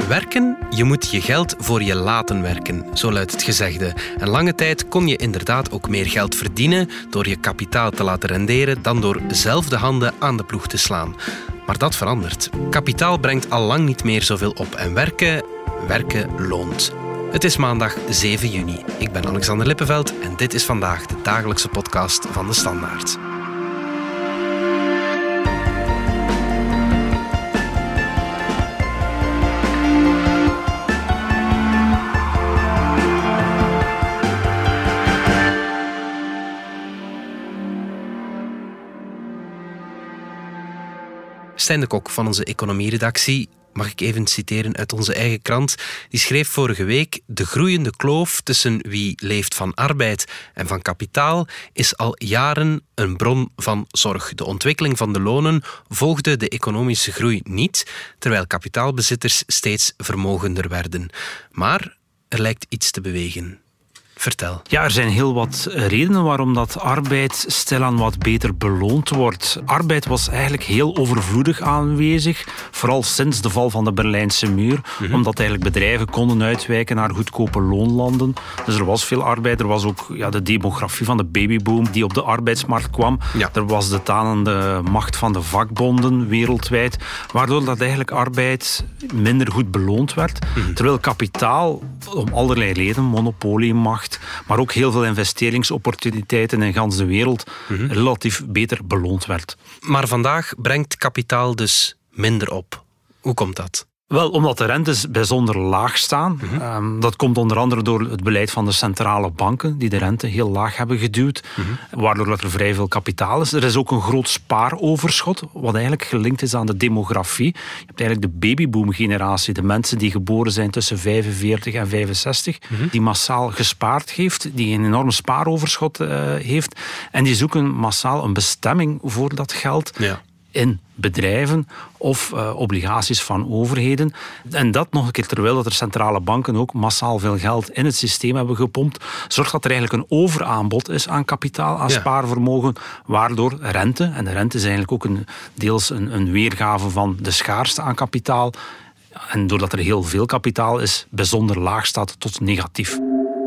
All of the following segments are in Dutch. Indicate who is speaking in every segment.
Speaker 1: Werken, je moet je geld voor je laten werken, zo luidt het gezegde. En lange tijd kon je inderdaad ook meer geld verdienen door je kapitaal te laten renderen dan door zelf de handen aan de ploeg te slaan. Maar dat verandert. Kapitaal brengt al lang niet meer zoveel op en werken loont. Het is maandag 7 juni. Ik ben Alexander Lippenveld en dit is vandaag de dagelijkse podcast van De Standaard. Stijn de Kok van onze economieredactie, mag ik even citeren uit onze eigen krant, die schreef vorige week: de groeiende kloof tussen wie leeft van arbeid en van kapitaal is al jaren een bron van zorg. De ontwikkeling van de lonen volgde de economische groei niet, terwijl kapitaalbezitters steeds vermogender werden. Maar er lijkt iets te bewegen. Vertel.
Speaker 2: Ja, er zijn heel wat redenen waarom dat arbeid stilaan wat beter beloond wordt. Arbeid was eigenlijk heel overvloedig aanwezig, vooral sinds de val van de Berlijnse muur, omdat eigenlijk bedrijven konden uitwijken naar goedkope loonlanden. Dus er was veel arbeid. Er was ook de demografie van de babyboom die op de arbeidsmarkt kwam. Ja. Er was de tanende macht van de vakbonden wereldwijd, waardoor dat eigenlijk arbeid minder goed beloond werd. Terwijl kapitaal, om allerlei redenen, monopoliemacht, maar ook heel veel investeringsopportuniteiten in gans de wereld relatief beter beloond werd.
Speaker 1: Maar vandaag brengt kapitaal dus minder op. Hoe komt dat?
Speaker 2: Wel, omdat de rentes bijzonder laag staan. Dat komt onder andere door het beleid van de centrale banken, die de rente heel laag hebben geduwd, waardoor er vrij veel kapitaal is. Er is ook een groot spaaroverschot, wat eigenlijk gelinkt is aan de demografie. Je hebt eigenlijk de babyboom-generatie, de mensen die geboren zijn tussen 45 en 65, die massaal gespaard heeft, die een enorm spaaroverschot heeft, en die zoeken massaal een bestemming voor dat geld. Ja. In bedrijven of obligaties van overheden. En dat nog een keer terwijl dat er centrale banken ook massaal veel geld in het systeem hebben gepompt, zorgt dat er eigenlijk een overaanbod is aan kapitaal, aan spaarvermogen, waardoor rente, en de rente is eigenlijk ook deels een weergave van de schaarste aan kapitaal, en doordat er heel veel kapitaal is, bijzonder laag staat tot negatief.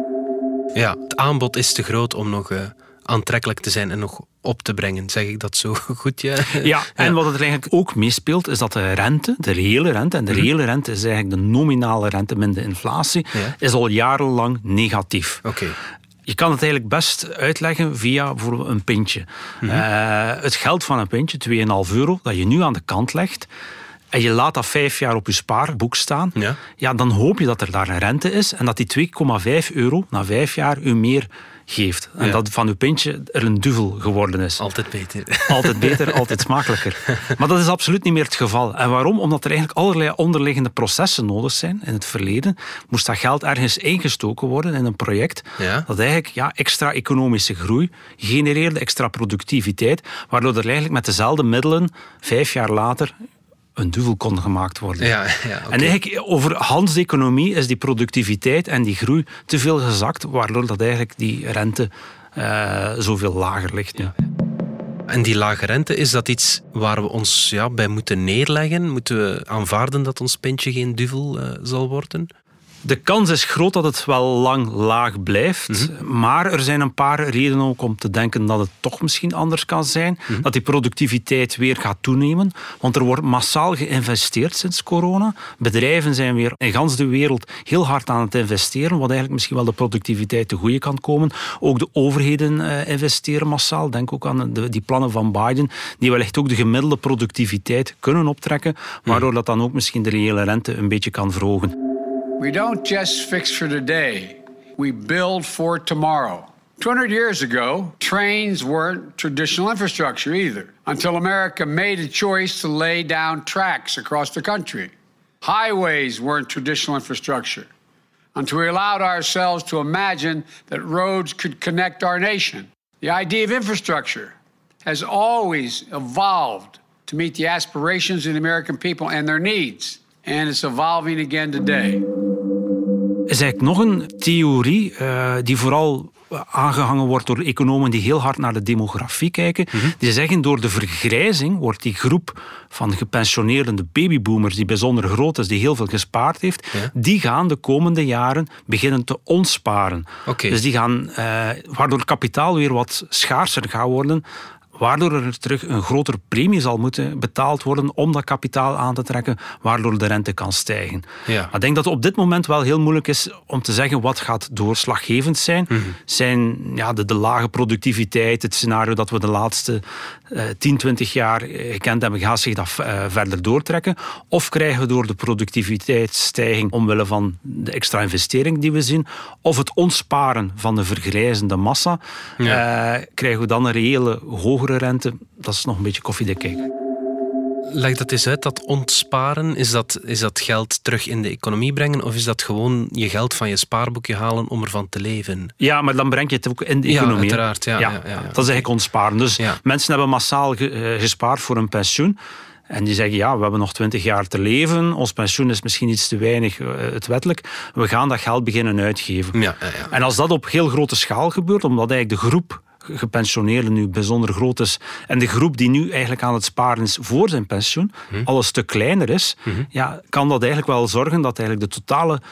Speaker 1: Ja, het aanbod is te groot om nog aantrekkelijk te zijn en nog op te brengen. Zeg ik dat zo goed?
Speaker 2: Ja, en wat er eigenlijk ook meespeelt, is dat de rente, de reële rente, en de reële rente is eigenlijk de nominale rente min de inflatie, is al jarenlang negatief.
Speaker 1: Okay.
Speaker 2: Je kan het eigenlijk best uitleggen via bijvoorbeeld een pintje. Het geld van een pintje, €2,5, dat je nu aan de kant legt, en je laat dat 5 jaar op je spaarboek staan, dan hoop je dat er daar een rente is en dat die €2,5 na 5 jaar u meer geeft. En dat van uw pintje er een duvel geworden is.
Speaker 1: Altijd beter.
Speaker 2: Altijd beter, altijd smakelijker. Maar dat is absoluut niet meer het geval. En waarom? Omdat er eigenlijk allerlei onderliggende processen nodig zijn. In het verleden moest dat geld ergens ingestoken worden in een project dat eigenlijk extra economische groei genereerde, extra productiviteit, waardoor er eigenlijk met dezelfde middelen 5 jaar later een duvel kon gemaakt worden.
Speaker 1: Okay.
Speaker 2: En eigenlijk over Hans de economie is die productiviteit en die groei te veel gezakt, waardoor dat eigenlijk die rente zoveel lager ligt. Ja.
Speaker 1: En die lage rente, is dat iets waar we ons bij moeten neerleggen? Moeten we aanvaarden dat ons pintje geen duvel zal worden?
Speaker 2: De kans is groot dat het wel lang laag blijft. Maar er zijn een paar redenen ook om te denken dat het toch misschien anders kan zijn. Dat die productiviteit weer gaat toenemen. Want er wordt massaal geïnvesteerd sinds corona. Bedrijven zijn weer in gans de wereld heel hard aan het investeren, wat eigenlijk misschien wel de productiviteit te goede kan komen. Ook de overheden investeren massaal. Denk ook aan die plannen van Biden, die wellicht ook de gemiddelde productiviteit kunnen optrekken, waardoor dat dan ook misschien de reële rente een beetje kan verhogen.
Speaker 3: We don't just fix for today, we build for tomorrow. 200 years ago, trains weren't traditional infrastructure either, until America made a choice to lay down tracks across the country. Highways weren't traditional infrastructure, until we allowed ourselves to imagine that roads could connect our nation. The idea of infrastructure has always evolved to meet the aspirations of the American people and their needs, and it's evolving again today.
Speaker 2: Er is eigenlijk nog een theorie die vooral aangehangen wordt door economen die heel hard naar de demografie kijken. Die zeggen, door de vergrijzing wordt die groep van gepensioneerden, de babyboomers, die bijzonder groot is, die heel veel gespaard heeft, die gaan de komende jaren beginnen te ontsparen. Dus die gaan, waardoor kapitaal weer wat schaarser gaat worden, waardoor er terug een grotere premie zal moeten betaald worden om dat kapitaal aan te trekken, waardoor de rente kan stijgen. Maar ik denk dat het op dit moment wel heel moeilijk is om te zeggen wat gaat doorslaggevend zijn. Zijn de lage productiviteit, het scenario dat we de laatste 10, 20 jaar gekend hebben, gaat zich dat verder doortrekken? Of krijgen we door de productiviteitsstijging omwille van de extra investering die we zien, of het ontsparen van de vergrijzende massa, krijgen we dan een reële hogere rente? Dat is nog een beetje koffiedik kijken.
Speaker 1: Leg dat eens uit, dat ontsparen. Is dat geld terug in de economie brengen of is dat gewoon je geld van je spaarboekje halen om ervan te leven?
Speaker 2: Ja, maar dan breng je het ook in de economie.
Speaker 1: Uiteraard, ja.
Speaker 2: Dat is eigenlijk ontsparen. Dus mensen hebben massaal gespaard voor een pensioen. En die zeggen, we hebben nog 20 jaar te leven. Ons pensioen is misschien iets te weinig, het wettelijk. We gaan dat geld beginnen uitgeven. En als dat op heel grote schaal gebeurt, omdat eigenlijk de groep gepensioneerden nu bijzonder groot is en de groep die nu eigenlijk aan het sparen is voor zijn pensioen al een stuk kleiner is, kan dat eigenlijk wel zorgen dat eigenlijk de totale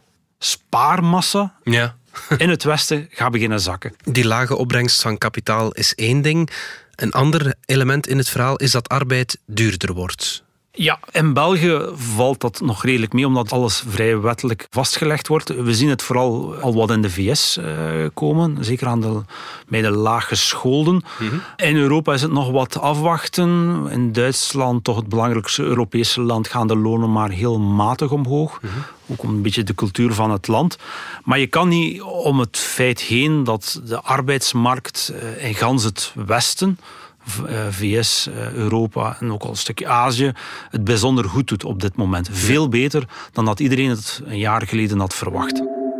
Speaker 2: spaarmassa in het Westen gaat beginnen zakken.
Speaker 1: Die lage opbrengst van kapitaal is één ding. Een ander element in het verhaal is dat arbeid duurder wordt.
Speaker 2: Ja, in België valt dat nog redelijk mee, omdat alles vrij wettelijk vastgelegd wordt. We zien het vooral al wat in de VS komen, zeker bij de laaggescholden. In Europa is het nog wat afwachten. In Duitsland, toch het belangrijkste Europese land, gaan de lonen maar heel matig omhoog. Ook een beetje de cultuur van het land. Maar je kan niet om het feit heen dat de arbeidsmarkt in gans het Westen, VS, Europa en ook al een stukje Azië, het bijzonder goed doet op dit moment. Veel beter dan dat iedereen het een jaar geleden had verwacht.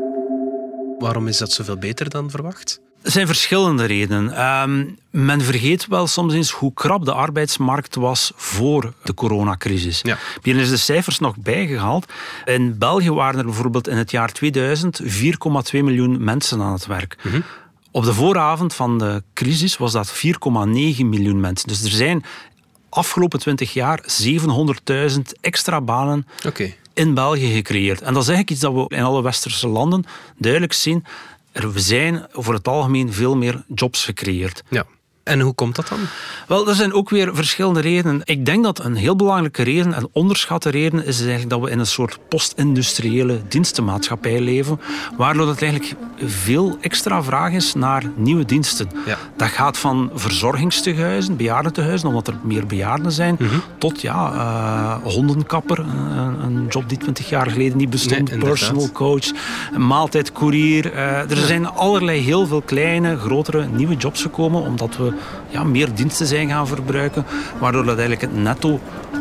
Speaker 1: Waarom is dat zoveel beter dan verwacht?
Speaker 2: Er zijn verschillende redenen. Men vergeet wel soms eens hoe krap de arbeidsmarkt was voor de coronacrisis. Hier is de cijfers nog bijgehaald. In België waren er bijvoorbeeld in het jaar 2000 4,2 miljoen mensen aan het werk. Op de vooravond van de crisis was dat 4,9 miljoen mensen. Dus er zijn afgelopen 20 jaar 700.000 extra banen in België gecreëerd. En dat is eigenlijk iets dat we in alle westerse landen duidelijk zien. Er zijn over het algemeen veel meer jobs gecreëerd.
Speaker 1: En hoe komt dat dan?
Speaker 2: Wel, er zijn ook weer verschillende redenen. Ik denk dat een heel belangrijke reden, en onderschatte reden, is eigenlijk dat we in een soort post-industriële dienstenmaatschappij leven, waardoor het eigenlijk veel extra vraag is naar nieuwe diensten. Dat gaat van verzorgingstehuizen, bejaardentehuizen, omdat er meer bejaarden zijn, tot hondenkapper, een job die 20 jaar geleden niet bestond, personal coach, maaltijdcourier. Er zijn allerlei heel veel kleine, grotere, nieuwe jobs gekomen, omdat we meer diensten zijn gaan verbruiken, waardoor dat eigenlijk het netto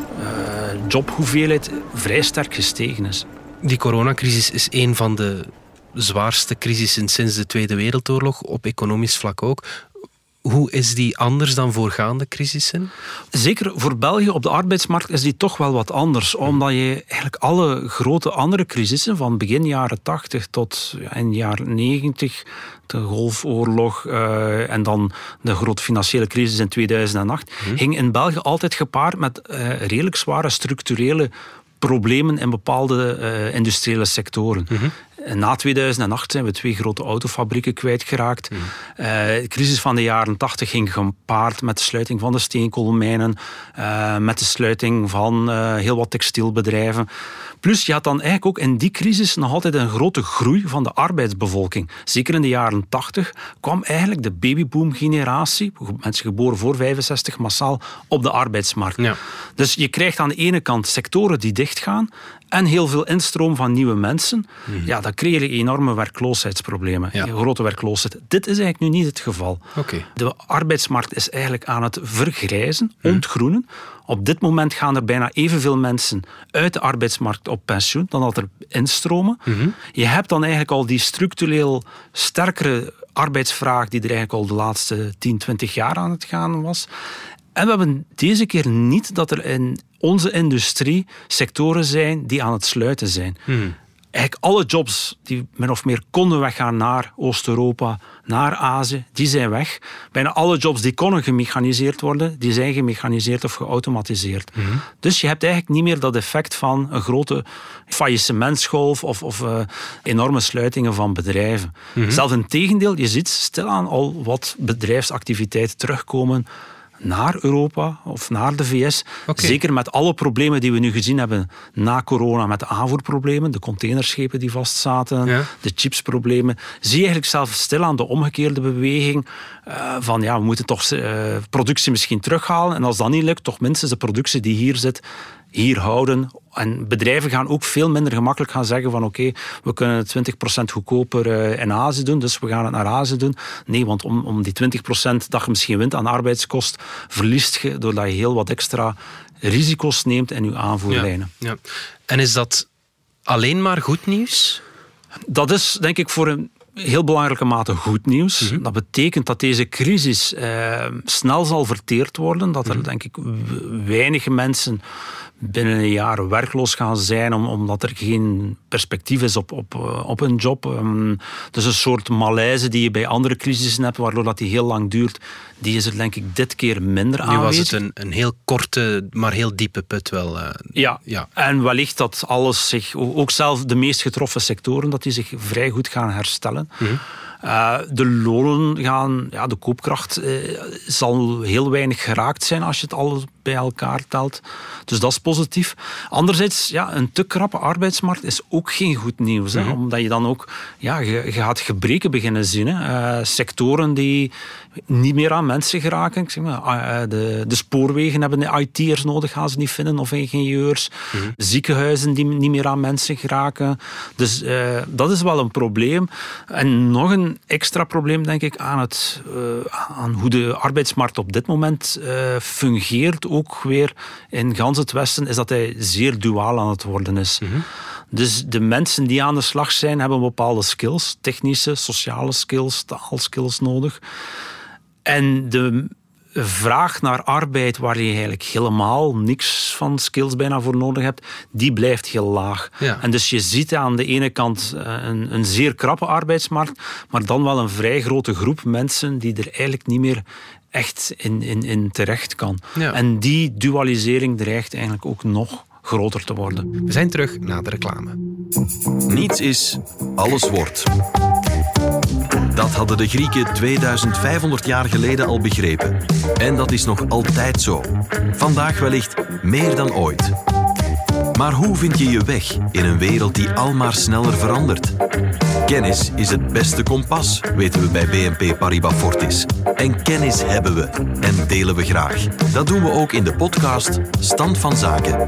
Speaker 2: jobhoeveelheid vrij sterk gestegen is.
Speaker 1: Die coronacrisis is een van de zwaarste crisissen sinds de Tweede Wereldoorlog, op economisch vlak ook. Hoe is die anders dan voorgaande crisissen?
Speaker 2: Zeker voor België op de arbeidsmarkt is die toch wel wat anders. Omdat je eigenlijk alle grote andere crisissen van begin jaren 80 tot in jaren 90, de Golfoorlog en dan de grote financiële crisis in 2008, ging in België altijd gepaard met redelijk zware structurele problemen in bepaalde industriële sectoren. Na 2008 zijn we 2 grote autofabrieken kwijtgeraakt. De crisis van de jaren 80 ging gepaard met de sluiting van de steenkoolmijnen, met de sluiting van heel wat textielbedrijven. Plus je had dan eigenlijk ook in die crisis nog altijd een grote groei van de arbeidsbevolking. Zeker in de jaren 80 kwam eigenlijk de babyboom-generatie, mensen geboren voor 65, massaal op de arbeidsmarkt. Dus je krijgt aan de ene kant sectoren die dichtgaan en heel veel instroom van nieuwe mensen. Dan creëer je enorme werkloosheidsproblemen. Grote werkloosheid. Dit is eigenlijk nu niet het geval. De arbeidsmarkt is eigenlijk aan het vergrijzen, ontgroenen. Op dit moment gaan er bijna evenveel mensen uit de arbeidsmarkt op pensioen dan dat er instromen. Je hebt dan eigenlijk al die structureel sterkere arbeidsvraag die er eigenlijk al de laatste 10, 20 jaar aan het gaan was. En we hebben deze keer niet dat er in onze industrie sectoren zijn die aan het sluiten zijn. eigenlijk alle jobs die min of meer konden weggaan naar Oost-Europa, naar Azië, die zijn weg. Bijna alle jobs die konden gemechaniseerd worden, die zijn gemechaniseerd of geautomatiseerd. Dus je hebt eigenlijk niet meer dat effect van een grote faillissementsgolf of enorme sluitingen van bedrijven. Zelfs in tegendeel, je ziet stilaan al wat bedrijfsactiviteiten terugkomen naar Europa of naar de VS.
Speaker 1: Okay.
Speaker 2: Zeker met alle problemen die we nu gezien hebben na corona, met de aanvoerproblemen, de containerschepen die vastzaten, de chipsproblemen. Zie je eigenlijk zelf stilaan de omgekeerde beweging van we moeten toch productie misschien terughalen en als dat niet lukt, toch minstens de productie die hier zit, hier houden. En bedrijven gaan ook veel minder gemakkelijk gaan zeggen van oké, we kunnen het 20% goedkoper in Azië doen, dus we gaan het naar Azië doen. Nee, want om die 20% dat je misschien wint aan arbeidskost, verliest je doordat je heel wat extra risico's neemt in je aanvoerlijnen.
Speaker 1: Ja. En is dat alleen maar goed nieuws?
Speaker 2: Dat is denk ik voor een heel belangrijke mate goed nieuws. Dat betekent dat deze crisis snel zal verteerd worden. Dat er denk ik weinig mensen binnen een jaar werkloos gaan zijn omdat er geen perspectief is op een job. Dus een soort malaise die je bij andere crisissen hebt, waardoor dat die heel lang duurt, die is er denk ik dit keer minder aanwezig.
Speaker 1: Nu was het een heel korte, maar heel diepe put wel.
Speaker 2: Ja, en wellicht dat alles zich, ook zelf de meest getroffen sectoren, dat die zich vrij goed gaan herstellen. De lonen gaan, de koopkracht zal heel weinig geraakt zijn als je het alles bij elkaar telt. Dus dat is positief. Anderzijds, een te krappe arbeidsmarkt is ook geen goed nieuws. Hè, omdat je dan ook, je gaat gebreken beginnen zien. Hè. Sectoren die niet meer aan mensen geraken. Ik zeg maar, de spoorwegen hebben IT'ers nodig, gaan ze niet vinden, of ingenieurs. Ziekenhuizen die niet meer aan mensen geraken. Dus dat is wel een probleem. En nog een extra probleem, denk ik, aan hoe de arbeidsmarkt op dit moment fungeert, ook weer in gans het Westen, is dat hij zeer duaal aan het worden is. Dus de mensen die aan de slag zijn, hebben bepaalde skills, technische, sociale skills, taalskills nodig. En de vraag naar arbeid waar je eigenlijk helemaal niks van skills bijna voor nodig hebt, die blijft heel laag. Ja. En dus je ziet aan de ene kant een zeer krappe arbeidsmarkt, maar dan wel een vrij grote groep mensen die er eigenlijk niet meer echt in terecht kan. Ja. En die dualisering dreigt eigenlijk ook nog groter te worden.
Speaker 1: We zijn terug na de reclame.
Speaker 4: Niets is, alles wordt. Dat hadden de Grieken 2500 jaar geleden al begrepen. En dat is nog altijd zo. Vandaag wellicht meer dan ooit. Maar hoe vind je je weg in een wereld die almaar sneller verandert? Kennis is het beste kompas, weten we bij BNP Paribas Fortis. En kennis hebben we en delen we graag. Dat doen we ook in de podcast Stand van Zaken.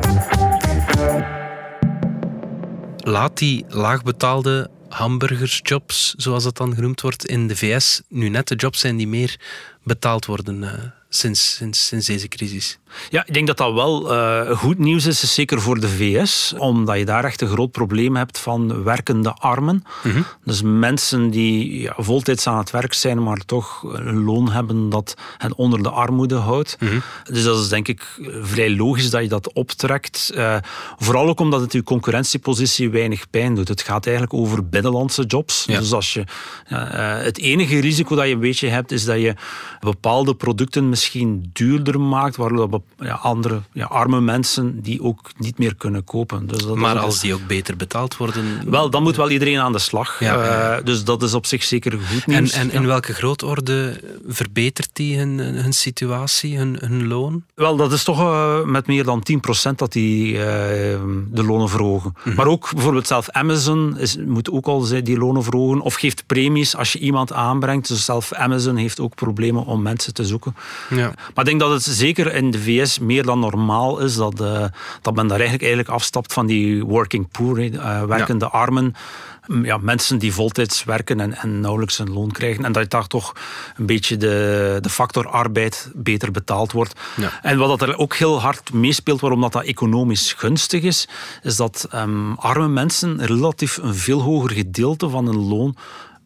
Speaker 1: Laat die laagbetaalde hamburgersjobs, zoals dat dan genoemd wordt in de VS, nu net de jobs zijn die meer betaald worden sinds deze crisis?
Speaker 2: Ja, ik denk dat dat wel goed nieuws is, zeker voor de VS, omdat je daar echt een groot probleem hebt van werkende armen. Dus mensen die voltijds aan het werk zijn, maar toch een loon hebben dat hen onder de armoede houdt. Dus dat is denk ik vrij logisch dat je dat optrekt. Vooral ook omdat het je concurrentiepositie weinig pijn doet. Het gaat eigenlijk over binnenlandse jobs. Ja. Dus als je, het enige risico dat je een beetje hebt, is dat je bepaalde producten misschien duurder maakt, waardoor andere arme mensen die ook niet meer kunnen kopen. Dus dat
Speaker 1: maar als die ook beter betaald worden?
Speaker 2: Wel, dan moet wel iedereen aan de slag. Dus dat is op zich zeker goed nieuws.
Speaker 1: En in welke grootorde verbetert die hun situatie, hun loon?
Speaker 2: Wel, dat is toch met meer dan 10% dat die de lonen verhogen. Maar ook bijvoorbeeld zelf Amazon moet ook al die lonen verhogen of geeft premies als je iemand aanbrengt. Dus zelf Amazon heeft ook problemen om mensen te zoeken. Ja. Maar ik denk dat het zeker in de VS meer dan normaal is dat men daar eigenlijk afstapt van die working poor, werkende armen. Ja, mensen die voltijds werken en nauwelijks een loon krijgen. En dat daar toch een beetje de factor arbeid beter betaald wordt. Ja. En wat er ook heel hard meespeelt, waarom dat economisch gunstig is dat arme mensen relatief een veel hoger gedeelte van hun loon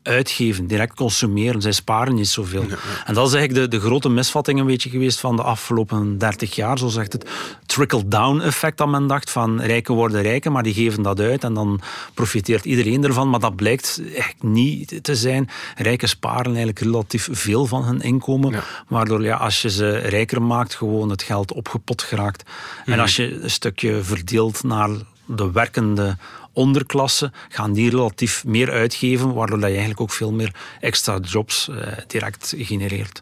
Speaker 2: uitgeven, direct consumeren. Zij sparen niet zoveel. Ja. En dat is eigenlijk de grote misvatting een beetje geweest van de afgelopen 30 jaar. Zo zegt het trickle-down effect dat men dacht van rijken worden rijker, maar die geven dat uit en dan profiteert iedereen ervan. Maar dat blijkt echt niet te zijn. Rijken sparen eigenlijk relatief veel van hun inkomen, waardoor als je ze rijker maakt, gewoon het geld opgepot geraakt. En als je een stukje verdeelt naar de werkende onderklasse, gaan die relatief meer uitgeven, waardoor je eigenlijk ook veel meer extra jobs direct genereert.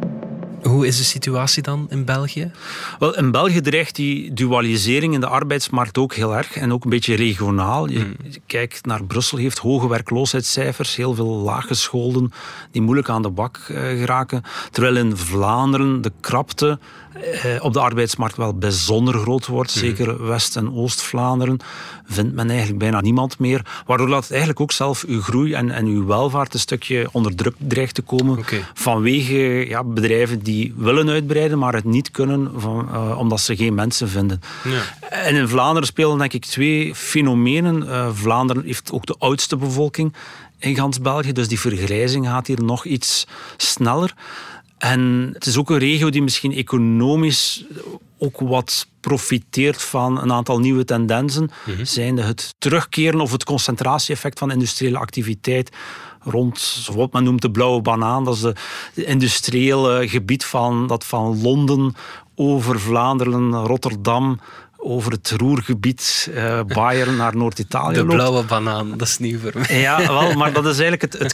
Speaker 1: Hoe is de situatie dan in België?
Speaker 2: Wel, in België dreigt die dualisering in de arbeidsmarkt ook heel erg en ook een beetje regionaal. Je kijkt naar Brussel, heeft hoge werkloosheidscijfers, heel veel laaggescholden die moeilijk aan de bak geraken. Terwijl in Vlaanderen de krapte op de arbeidsmarkt wel bijzonder groot wordt. Zeker West- en Oost-Vlaanderen vindt men eigenlijk bijna niemand meer. Waardoor dat eigenlijk ook zelf uw groei en uw welvaart een stukje onder druk dreigt te komen. Vanwege bedrijven die willen uitbreiden, maar het niet kunnen omdat ze geen mensen vinden. Ja. En in Vlaanderen spelen denk ik twee fenomenen. Vlaanderen heeft ook de oudste bevolking in gans België, dus die vergrijzing gaat hier nog iets sneller. En het is ook een regio die misschien economisch ook wat profiteert van een aantal nieuwe tendensen. Zijnde het terugkeren of het concentratie-effect van industriële activiteit rond wat men noemt de blauwe banaan. Dat is het industriële gebied van Londen over Vlaanderen, Rotterdam, over het Ruhrgebied, Bayern naar Noord-Italië.
Speaker 1: De blauwe banaan, dat is nieuw voor mij.
Speaker 2: Ja, wel, maar dat is eigenlijk het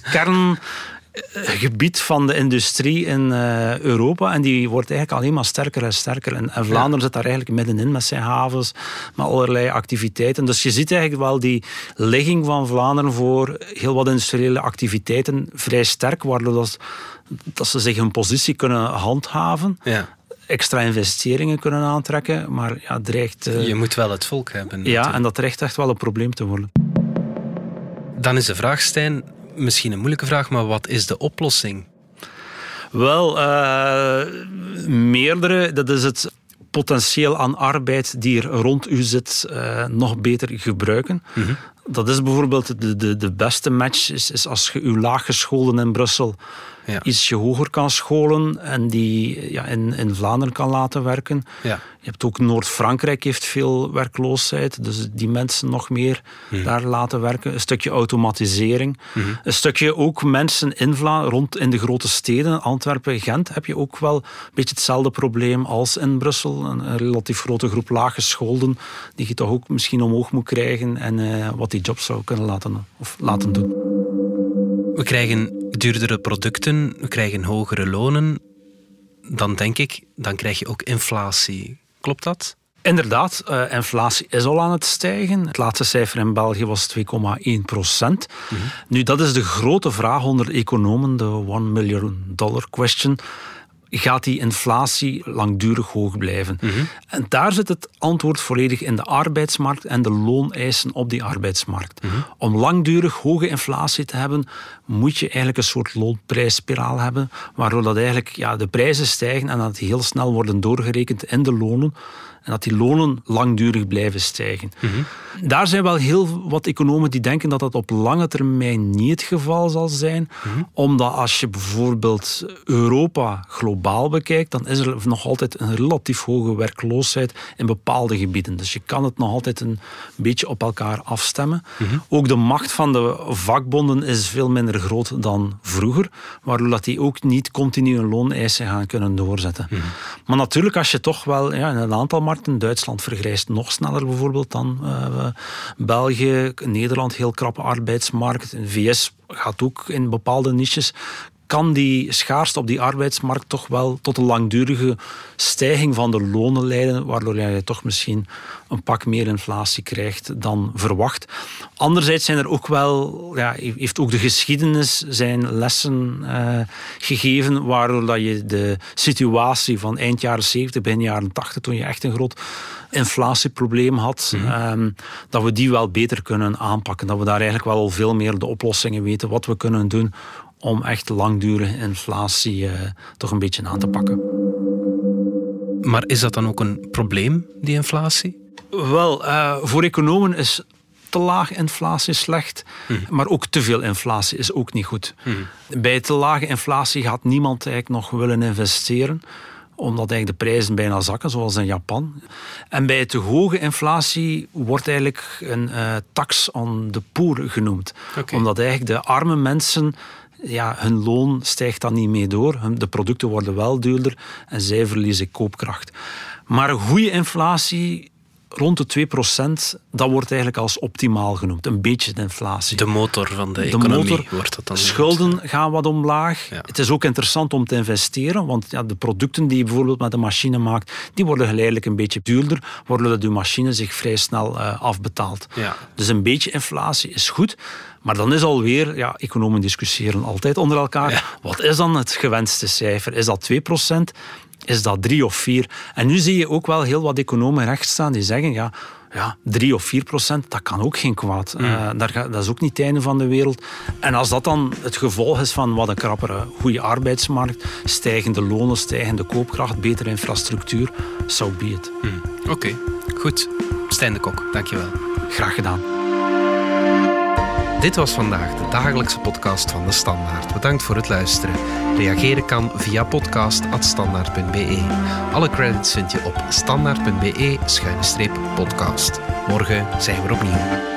Speaker 2: kerngebied van de industrie in Europa. En die wordt eigenlijk alleen maar sterker en sterker. En Vlaanderen zit daar eigenlijk middenin met zijn havens, met allerlei activiteiten. Dus je ziet eigenlijk wel die ligging van Vlaanderen voor heel wat industriële activiteiten vrij sterk, waardoor dat ze zich hun positie kunnen handhaven. Ja. Extra investeringen kunnen aantrekken, maar dreigt...
Speaker 1: Je moet wel het volk hebben.
Speaker 2: Ja, en dat dreigt echt wel een probleem te worden.
Speaker 1: Dan is de vraag, Stijn, misschien een moeilijke vraag, maar wat is de oplossing?
Speaker 2: Wel, meerdere. Dat is het potentieel aan arbeid die er rond u zit nog beter gebruiken. Dat is bijvoorbeeld de beste match is als je uw laaggescholden in Brussel ietsje hoger kan scholen en die in Vlaanderen kan laten werken. Ja. Je hebt ook Noord-Frankrijk heeft veel werkloosheid, dus die mensen nog meer daar laten werken. Een stukje automatisering. Een stukje ook mensen in Vlaanderen, rond in de grote steden, Antwerpen, Gent, heb je ook wel een beetje hetzelfde probleem als in Brussel. Een relatief grote groep laaggescholden die je toch ook misschien omhoog moet krijgen en wat die jobs zou kunnen laten doen.
Speaker 1: We krijgen duurdere producten, we krijgen hogere lonen. Dan denk ik, dan krijg je ook inflatie. Klopt dat?
Speaker 2: Inderdaad, inflatie is al aan het stijgen. Het laatste cijfer in België was 2,1%. Nu, dat is de grote vraag onder economen, de $1 million question. Gaat die inflatie langdurig hoog blijven? En daar zit het antwoord volledig in de arbeidsmarkt en de looneisen op die arbeidsmarkt. Om langdurig hoge inflatie te hebben, moet je eigenlijk een soort loonprijsspiraal hebben, waardoor dat eigenlijk, de prijzen stijgen en dat die heel snel worden doorgerekend in de lonen. En dat die lonen langdurig blijven stijgen. Daar zijn wel heel wat economen die denken dat dat op lange termijn niet het geval zal zijn. Omdat als je bijvoorbeeld Europa globaal bekijkt, dan is er nog altijd een relatief hoge werkloosheid in bepaalde gebieden. Dus je kan het nog altijd een beetje op elkaar afstemmen. Ook de macht van de vakbonden is veel minder groot dan vroeger, waardoor dat die ook niet continu een looneisen gaan kunnen doorzetten. Maar natuurlijk, als je toch wel in een aantal markten, Duitsland vergrijst nog sneller bijvoorbeeld dan België, Nederland, heel krappe arbeidsmarkt. De VS gaat ook in bepaalde niches. Kan die schaarste op die arbeidsmarkt toch wel tot een langdurige stijging van de lonen leiden, waardoor je toch misschien een pak meer inflatie krijgt dan verwacht. Anderzijds zijn er ook wel, heeft ook de geschiedenis zijn lessen gegeven, waardoor dat je de situatie van eind jaren 70, begin jaren 80, toen je echt een groot inflatieprobleem had, dat we die wel beter kunnen aanpakken. Dat we daar eigenlijk wel al veel meer de oplossingen weten, wat we kunnen doen om echt langdurige inflatie toch een beetje aan te pakken.
Speaker 1: Maar is dat dan ook een probleem, die inflatie?
Speaker 2: Wel, voor economen is te laag inflatie is slecht, maar ook te veel inflatie is ook niet goed. Bij te lage inflatie gaat niemand eigenlijk nog willen investeren, omdat eigenlijk de prijzen bijna zakken, zoals in Japan. En bij te hoge inflatie wordt eigenlijk een tax on the poor genoemd. Okay. Omdat eigenlijk de arme mensen, hun loon stijgt dan niet mee door. De producten worden wel duurder en zij verliezen koopkracht. Maar een goede inflatie, rond de 2%, dat wordt eigenlijk als optimaal genoemd. Een beetje de inflatie.
Speaker 1: De motor van de economie wordt dat dan.
Speaker 2: Schulden gaan wat omlaag. Ja. Het is ook interessant om te investeren, want de producten die je bijvoorbeeld met een machine maakt, die worden geleidelijk een beetje duurder, waardoor de machine zich vrij snel afbetaalt. Ja. Dus een beetje inflatie is goed. Maar dan is alweer, economen discussiëren altijd onder elkaar. Ja. Wat is dan het gewenste cijfer? Is dat 2%? Is dat 3 of 4? En nu zie je ook wel heel wat economen recht staan die zeggen, 3 of 4%, dat kan ook geen kwaad. Dat is ook niet het einde van de wereld. En als dat dan het gevolg is van wat een krappere, goede arbeidsmarkt, stijgende lonen, stijgende koopkracht, betere infrastructuur, so be it.
Speaker 1: Oké, goed. Stijn de Kok, dankjewel.
Speaker 2: Graag gedaan.
Speaker 1: Dit was vandaag de dagelijkse podcast van De Standaard. Bedankt voor het luisteren. Reageren kan via podcast@standaard.be. Alle credits vind je op standaard.be/podcast. Morgen zijn we er opnieuw.